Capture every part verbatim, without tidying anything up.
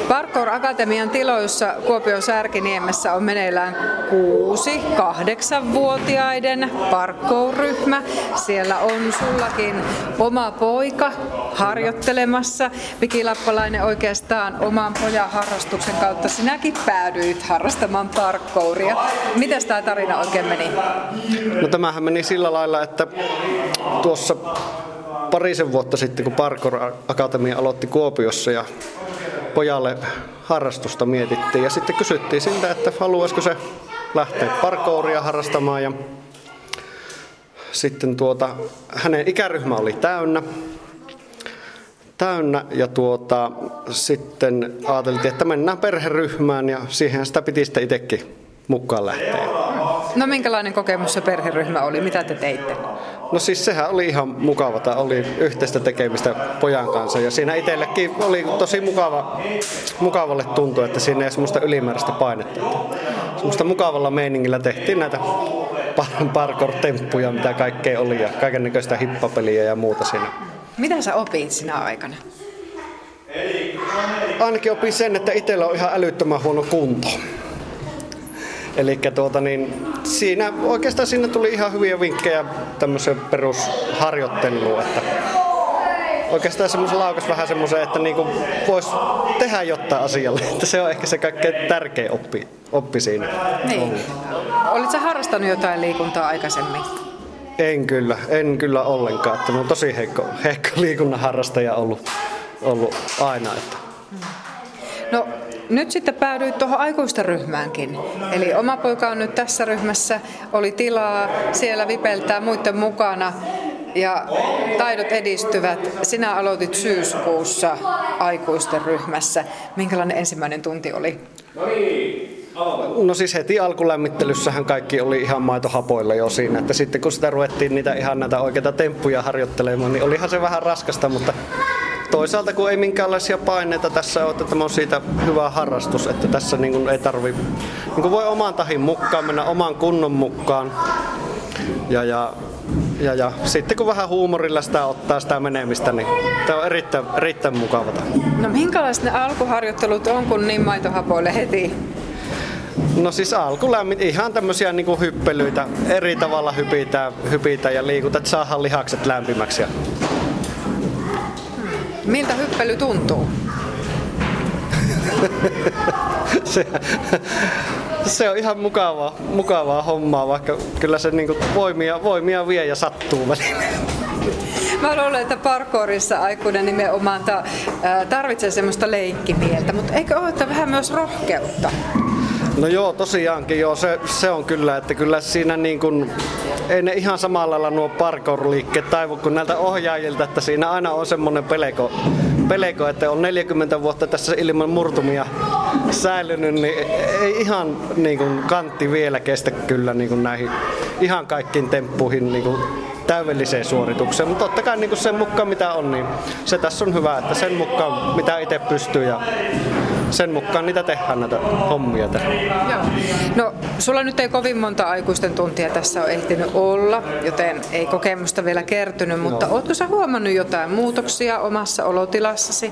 Parkour Akatemian tiloissa Kuopion Särkiniemessä on meneillään kuusi kahdeksanvuotiaiden parkour-ryhmä. Siellä on sullakin oma poika harjoittelemassa. Viki Lappalainen, oikeastaan oman pojan harrastuksen kautta sinäkin päädyit harrastamaan parkouria. Mitäs tämä tarina oikein meni? No tämähän meni sillä lailla, että tuossa parisen vuotta sitten, kun Parkour Akatemia aloitti Kuopiossa ja pojalle harrastusta mietittiin ja sitten kysyttiin siltä, että haluaisiko se lähteä parkouria harrastamaan ja sitten tuota, hänen ikäryhmä oli täynnä. täynnä ja tuota, sitten ajateltiin, että mennään perheryhmään ja siihen sitä piti sitten itsekin mukaan lähteä. No minkälainen kokemus se perheryhmä oli? Mitä te teitte? No siis sehän oli ihan mukava, tämä oli yhteistä tekemistä pojan kanssa ja siinä itsellekin oli tosi mukava, mukavalle tuntui, että siinä ei semmoista ylimääräistä painetta. Semmoista mukavalla meiningillä tehtiin näitä parkour-temppuja, mitä kaikkea oli ja kaikennäköistä hippapeliä ja muuta siinä. Mitä sä opit sinä aikana? Ainakin opin sen, että itsellä on ihan älyttömän huono kunto. Eli tuota, niin, siinä, oikeastaan siinä tuli ihan hyviä vinkkejä tämmöiseen perusharjoitteluun. Että oikeastaan semmoisen laukas vähän semmoisen, että niinku voisi tehdä jotain asialle. Että se on ehkä se kaikkein tärkein oppi, oppi siinä. Niin. Olitko sä harrastanut jotain liikuntaa aikaisemmin? En kyllä, en kyllä ollenkaan. Että mä oon tosi heikko, heikko liikunnan harrastaja ollut, ollut aina. Että. No nyt sitten päädyit tuohon aikuisten ryhmäänkin. Eli oma poika on nyt tässä ryhmässä, oli tilaa siellä vipeltää muiden mukana ja taidot edistyvät. Sinä aloitit syyskuussa aikuisten ryhmässä. Minkälainen ensimmäinen tunti oli? No siis heti alkulämmittelyssähän kaikki oli ihan maitohapoilla jo siinä, että sitten kun sitä ruvettiin niitä ihan näitä oikeita temppuja harjoittelemaan, niin olihan se vähän raskasta, mutta toisaalta kun ei minkäänlaisia paineita tässä ole, että tämä on siitä hyvä harrastus, että tässä niin kuin ei tarvi, niin kuin voi oman tahin mukaan mennä oman kunnon mukaan ja, ja, ja, ja sitten kun vähän huumorilla sitä ottaa sitä menemistä, niin tämä on erittäin, erittäin mukavaa. No minkälaiset ne alkuharjoittelut on, kun niin maitohapoille heti? No siis alkulämmit, ihan tämmöisiä niinku hyppelyitä, eri tavalla hypitään, hypitään ja liikutaan, että saadaan lihakset lämpimäksi. Miltä hyppely tuntuu? se, se on ihan mukavaa, mukavaa hommaa, vaikka kyllä se niinku voimia, voimia vie ja sattuu välillä. Mä luulen, että parkourissa aikuinen nimenomaan tarvitsee semmoista leikkimieltä, mutta eikö ole vähän myös rohkeutta? No joo, tosiaankin joo, se, se on kyllä, että kyllä siinä niin kuin, ei ne ihan samalla lailla nuo parkour-liikkeet taivu kuin näiltä ohjaajilta, että siinä aina on semmoinen peleko, peleko, että on neljäkymmentä vuotta tässä ilman murtumia säilynyt, niin ei ihan niin kuin kantti vielä kestä kyllä niin kuin näihin ihan kaikkiin temppuihin niin kuin täydelliseen suoritukseen, mutta totta kai niin kuin sen mukaan mitä on, niin se tässä on hyvä, että sen mukaan mitä itse pystyy ja sen mukaan niitä tehdään näitä hommia. Joo. No, sulla nyt ei kovin monta aikuisten tuntia tässä ole ehtinyt olla, joten ei kokemusta vielä kertynyt, mutta no. Ootko sä huomannut jotain muutoksia omassa olotilassasi?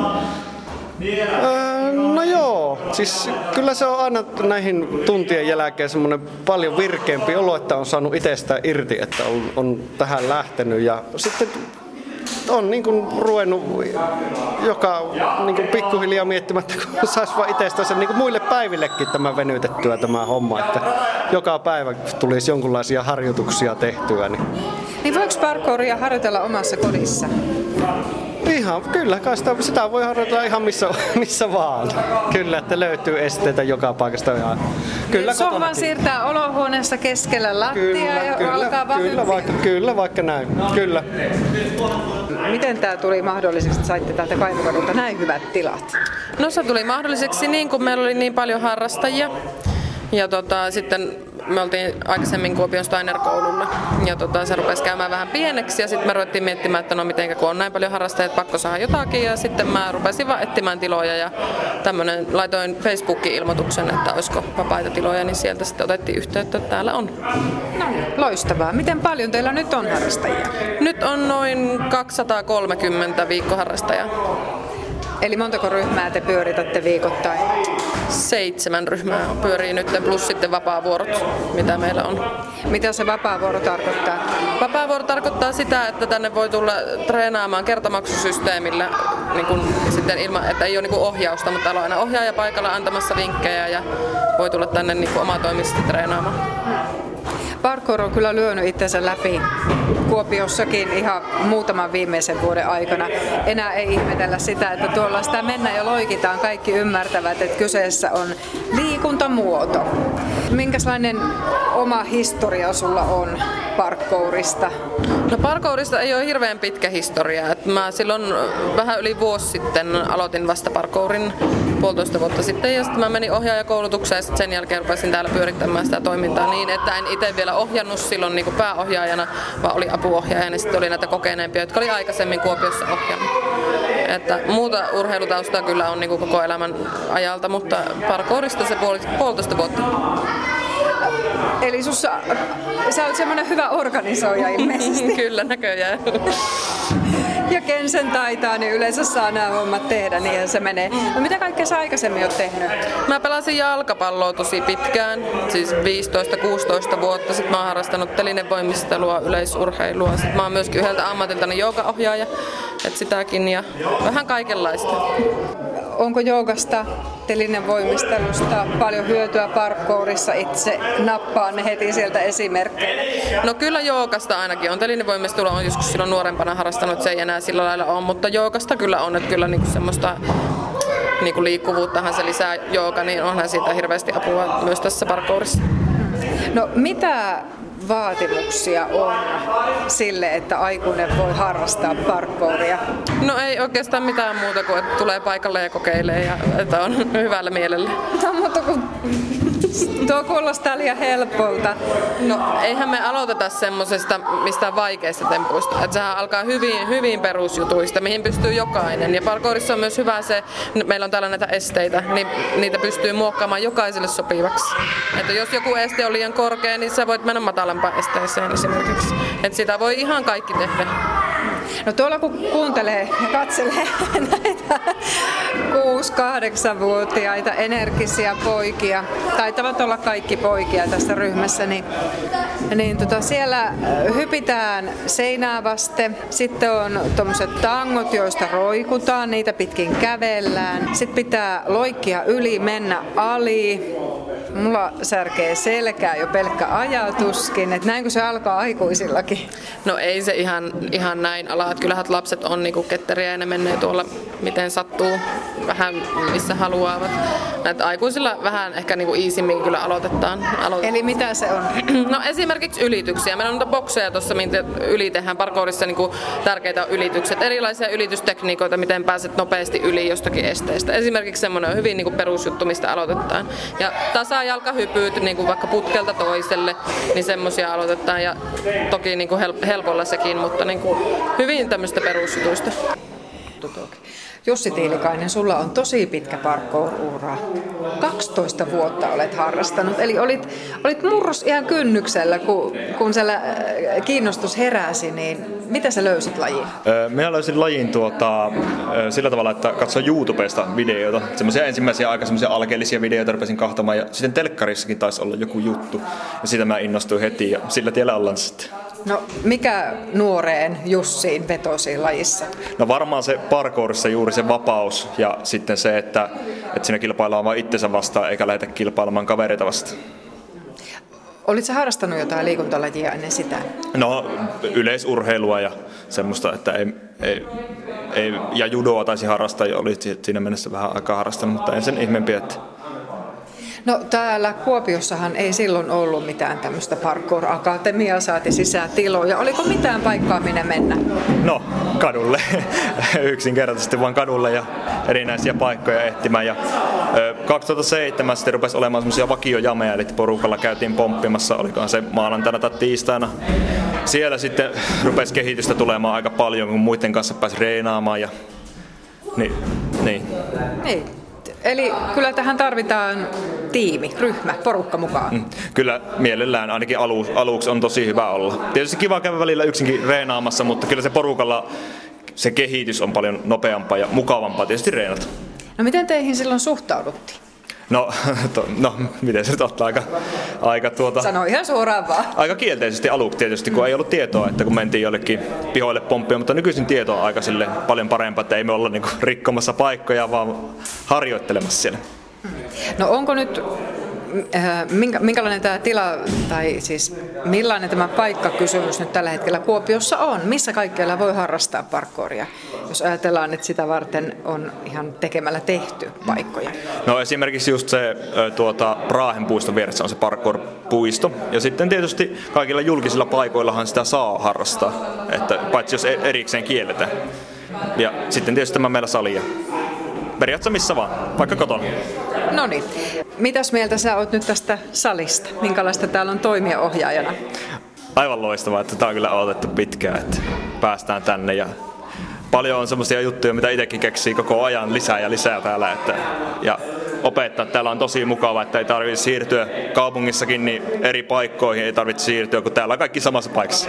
Öö, no joo, siis kyllä se on aina näihin tuntien jälkeen semmoinen paljon virkeämpi olo, että on saanut itsestään irti, että on, on tähän lähtenyt ja sitten on niin kuin ruvennut joka niin kuin pikkuhiljaa miettimättä, kun saisi vaan itsestään sen niin kuin muille päivillekin tämän venytettyä tämä homma, että joka päivä tulisi jonkunlaisia harjoituksia tehtyä. Niin, niin voiko parkouria harjoitella omassa kodissa? Ihan, kyllä, kai sitä, sitä voi harjoitella ihan missä, missä vaan. Kyllä, että löytyy esteitä joka paikasta. Ihan. Kyllä, sohvan siirtää olohuoneessa keskellä lattiaa ja kyllä, alkaa vaan kyllä, vaikka, kyllä, vaikka näin. Kyllä. Miten tämä tuli mahdolliseksi, että saitte täältä Kaivokadulta näin hyvät tilat? No se tuli mahdolliseksi niin, kun meillä oli niin paljon harrastajia. Ja tota, sitten me oltiin aikaisemmin Kuopion Steiner-koululla ja tota, se rupesi käymään vähän pieneksi ja sitten me ruvettiin miettimään, että no mitenkä kun on näin paljon harrastajia, että pakko saada jotakin ja sitten mä rupesin vaan etsimään tiloja ja tämmönen, laitoin Facebookiin ilmoituksen, että olisiko vapaita tiloja, niin sieltä sitten otettiin yhteyttä, että täällä on. No loistavaa. Miten paljon teillä nyt on harrastajia? Nyt on noin kaksisataakolmekymmentä viikkoharrastajaa. Eli montako ryhmää te pyöritätte viikoittain? Seitsemän ryhmää pyörii nyt, plus sitten vapaavuorot, mitä meillä on. Mitä se vapaavuoro tarkoittaa? Vapaavuoro tarkoittaa sitä, että tänne voi tulla treenaamaan kertamaksusysteemillä, niin kun, sitten ilman, että ei ole niin kun ohjausta, mutta täällä on aina ohjaaja paikalla antamassa vinkkejä ja voi tulla tänne niin kun omatoimisesti treenaamaan. Parkour on kyllä lyönyt itsensä läpi Kuopiossakin ihan muutaman viimeisen vuoden aikana. Enää ei ihmetellä sitä, että tuolla sitä mennään ja loikitaan. Kaikki ymmärtävät, että kyseessä on liikuntamuoto. Minkälainen oma historia sulla on parkourista? No parkourista ei ole hirveän pitkä historia. Et mä silloin vähän yli vuosi sitten aloitin vasta parkourin puolitoista vuotta sitten ja sitten mä menin ohjaajakoulutukseen ja sen jälkeen rupesin täällä pyörittämään sitä toimintaa niin, että en itse vielä ohjannut silloin niin kuin pääohjaajana, vaan oli apuohjaajana ja sitten oli näitä kokeneempia, jotka oli aikaisemmin Kuopiossa ohjannut. Että muuta urheilutaustaa kyllä on niin kuin koko elämän ajalta, mutta parkourista se puolitoista vuotta. Eli sussa, sä oot semmoinen hyvä organisoija ilmeisesti. Kyllä, näköjään. Ja ken sen taitaa, niin yleensä saa nämä hommat tehdä, niin se menee. No mitä kaikkea sä aikaisemmin oot tehnyt? Mä pelasin jalkapalloa tosi pitkään, siis viisitoista kuusitoista vuotta. Sitten mä oon harrastanut telinevoimistelua, yleisurheilua. Sitten mä oon myöskin yhdeltä ammatiltani joogaohjaaja, että sitäkin ja vähän kaikenlaista. Onko joogasta, telinevoimistelusta paljon hyötyä parkourissa? Itse nappaan ne heti sieltä esimerkkejä. No kyllä joogasta ainakin on. Telinevoimistelu on joskus silloin nuorempana harrastanut, se ei enää sillä lailla ole, mutta joogasta kyllä on, että kyllä niinku semmoista niinku liikkuvuuttahan se lisää jooga, niin onhan siitä hirveästi apua myös tässä parkourissa. No mitä vaatimuksia on sille, että aikuinen voi harrastaa parkouria? No ei oikeastaan mitään muuta kuin, että tulee paikalle ja kokeilee ja että on hyvällä mielellä. No mutta kun tuo kuulostaa liian helpolta. No eihän me aloiteta semmosesta mistään vaikeista tempuista. Että sehän alkaa hyvin, hyvin perusjutuista, mihin pystyy jokainen. Ja parkourissa on myös hyvä se, meillä on täällä näitä esteitä, niin niitä pystyy muokkaamaan jokaiselle sopivaksi. Että jos joku este on liian korkea, niin sä voit mennä matalampaan esteeseen esimerkiksi. Että sitä voi ihan kaikki tehdä. No tuolla kun kuuntelee ja katselee näitä kuusi-kahdeksanvuotiaita energisiä poikia, taitavat olla kaikki poikia tässä ryhmässä, niin, niin tota siellä hypitään seinää vasten. Sitten on tuommoiset tangot, joista roikutaan, niitä pitkin kävellään. Sitten pitää loikkia yli, mennä ali. Mulla särkee selkää jo pelkkä ajatuskin, että näinkö se alkaa aikuisillakin? No ei se ihan, ihan näin ala, että kyllähän lapset on niinku ketteriä ja ne menee tuolla miten sattuu, vähän missä haluavat. Näitä aikuisilla vähän ehkä niinku iisimmin kyllä aloitetaan. aloitetaan. Eli mitä se on? No esimerkiksi ylityksiä. Meillä on noita bokseja tuossa, mitä yli tehdään parkourissa, niinku tärkeitä on ylitykset. Erilaisia ylitystekniikoita, miten pääset nopeasti yli jostakin esteestä. Esimerkiksi semmoinen on hyvin niinku perusjuttu, mistä aloitetaan. Ja tasajalkahypyt, niinku vaikka putkelta toiselle, niin semmoisia aloitetaan. Ja toki niinku helpolla sekin, mutta niinku hyvin tämmöistä perusjutuista. Jussi Tiilikainen, sulla on tosi pitkä parkour-ura. kaksitoista vuotta olet harrastanut, eli olit, olit murros ihan kynnyksellä, kun, kun siellä kiinnostus heräsi, niin mitä sä löysit lajiin? Minä löysin lajin tuota, sillä tavalla, että katsoin YouTubesta videoita, semmoisia ensimmäisiä aika semmoisia alkeellisia videoita rupesin kahtamaan ja sitten telkkarissakin taisi olla joku juttu ja siitä mä innostuin heti ja sillä tiellä ollaan sitten. No mikä nuoreen Jussiin vetosi lajissa? No varmaan se parkourissa juuri se vapaus ja sitten se, että, että siinä kilpaillaan vain itsensä vastaan eikä lähdetä kilpailemaan kavereita vastaan. Olitko harrastanut jotain liikuntalajia ennen sitä? No yleisurheilua ja semmoista, että ei, ei, ei ja judoa taisi harrastaa ja oli siinä mennessä vähän aikaa harrastanut, mutta en sen ihmeempiä, että no täällä Kuopiossahan ei silloin ollut mitään tämmöistä parkour-akatemiaa, saati sisätiloja. Oliko mitään paikkaa minne mennä? No kadulle, yksinkertaisesti vaan kadulle ja erinäisiä paikkoja etsimään. Ja kaksituhattaseitsemän sitten rupesi olemaan semmoisia vakiojameja, eli porukalla käytiin pomppimassa, olikohan se maanantaina tai tiistaina. Siellä sitten rupesi kehitystä tulemaan aika paljon, kun muiden kanssa pääsi reenaamaan. Ja niin, niin. Niin. Eli kyllä tähän tarvitaan tiimi, ryhmä, porukka mukaan. Mm, kyllä mielellään, ainakin alu, aluksi on tosi hyvä olla. Tietysti kiva käydä välillä yksinkin reenaamassa, mutta kyllä se porukalla se kehitys on paljon nopeampaa ja mukavampaa tietysti reenata. No miten teihin silloin suhtauduttiin? No, to, no miten se nyt ottaa aika, aika tuota... Sano ihan suoraan vaan. Aika kielteisesti aluksi tietysti, kun mm. ei ollut tietoa, että kun mentiin jollekin pihoille pomppia, mutta nykyisin tieto on aika sille paljon parempaa, että ei me olla niinku rikkomassa paikkoja, vaan harjoittelemassa siellä. No onko nyt, äh, minkä, minkälainen tämä tila, tai siis millainen tämä paikkakysymys nyt tällä hetkellä Kuopiossa on? Missä kaikkialla voi harrastaa parkouria, jos ajatellaan, että sitä varten on ihan tekemällä tehty paikkoja? No esimerkiksi just se tuota, Raahen puiston vieressä on se parkour-puisto. Ja sitten tietysti kaikilla julkisilla paikoillahan sitä saa harrastaa, että paitsi jos erikseen kielletään. Ja sitten tietysti tämä meillä salia. Periaatteessa missä vaan, vaikka kotona. No niin. Mitäs mieltä sä oot nyt tästä salista? Minkälaista täällä on toimia ohjaajana? Aivan loistavaa, että tämä on kyllä odotettu pitkään, että päästään tänne. Ja paljon on semmoisia juttuja, mitä itsekin keksii koko ajan lisää ja lisää täällä. Että, ja opettaa, täällä on tosi mukava, että ei tarvitse siirtyä kaupungissakin niin eri paikkoihin, ei tarvitse siirtyä, kun täällä on kaikki samassa paikassa.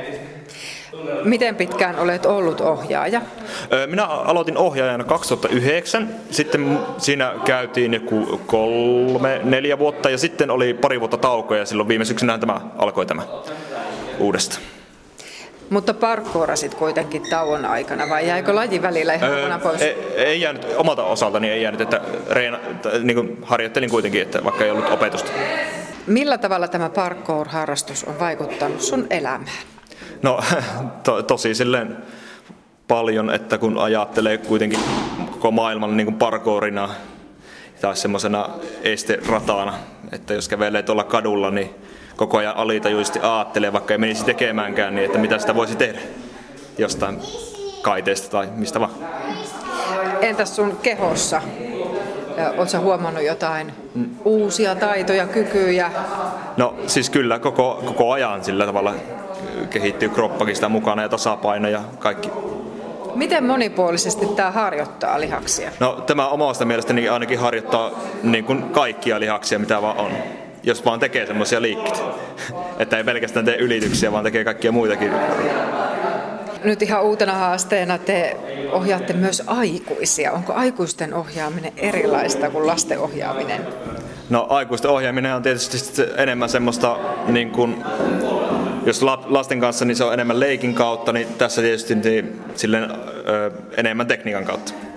Miten pitkään olet ollut ohjaaja? Minä aloitin ohjaajana kaksituhattayhdeksän, sitten siinä käytiin joku kolme, neljä vuotta ja sitten oli pari vuotta taukoa ja silloin viime syksynä tämä alkoi tämä uudestaan. Mutta parkourasit kuitenkin tauon aikana vai jäikö laji välillä ihan kokonaan pois? Ei, ei jäänyt, omalta osaltani ei jäänyt, että reina, niin kuin harjoittelin kuitenkin, että vaikka ei ollut opetusta. Millä tavalla tämä parkour-harrastus on vaikuttanut sun elämään? No to, tosi silleen paljon, että kun ajattelee kuitenkin koko maailman niin kuin parkourina tai semmoisena esteratana, että jos kävelee tuolla kadulla, niin koko ajan alitajuisesti aattelee, vaikka ei menisi tekemäänkään, niin että mitä sitä voisi tehdä jostain kaiteesta tai mistä vaan. Entäs sun kehossa? Oletko huomannut jotain mm. uusia taitoja, kykyjä? No siis kyllä koko, koko ajan sillä tavalla kehittyy kroppakin sitä mukana ja tasapaino ja kaikki. Miten monipuolisesti tämä harjoittaa lihaksia? No tämä omasta mielestäni ainakin harjoittaa niin kuin kaikkia lihaksia mitä vaan on. Jos vaan tekee semmoisia liikkeitä. Että ei pelkästään tee ylityksiä, vaan tekee kaikkia muitakin. Nyt ihan uutena haasteena te ohjaatte myös aikuisia. Onko aikuisten ohjaaminen erilaista kuin lasten ohjaaminen? No aikuisten ohjaaminen on tietysti enemmän semmoista, niin kuin, jos lasten kanssa niin se on enemmän leikin kautta, niin tässä tietysti niin, silleen, ö, enemmän tekniikan kautta.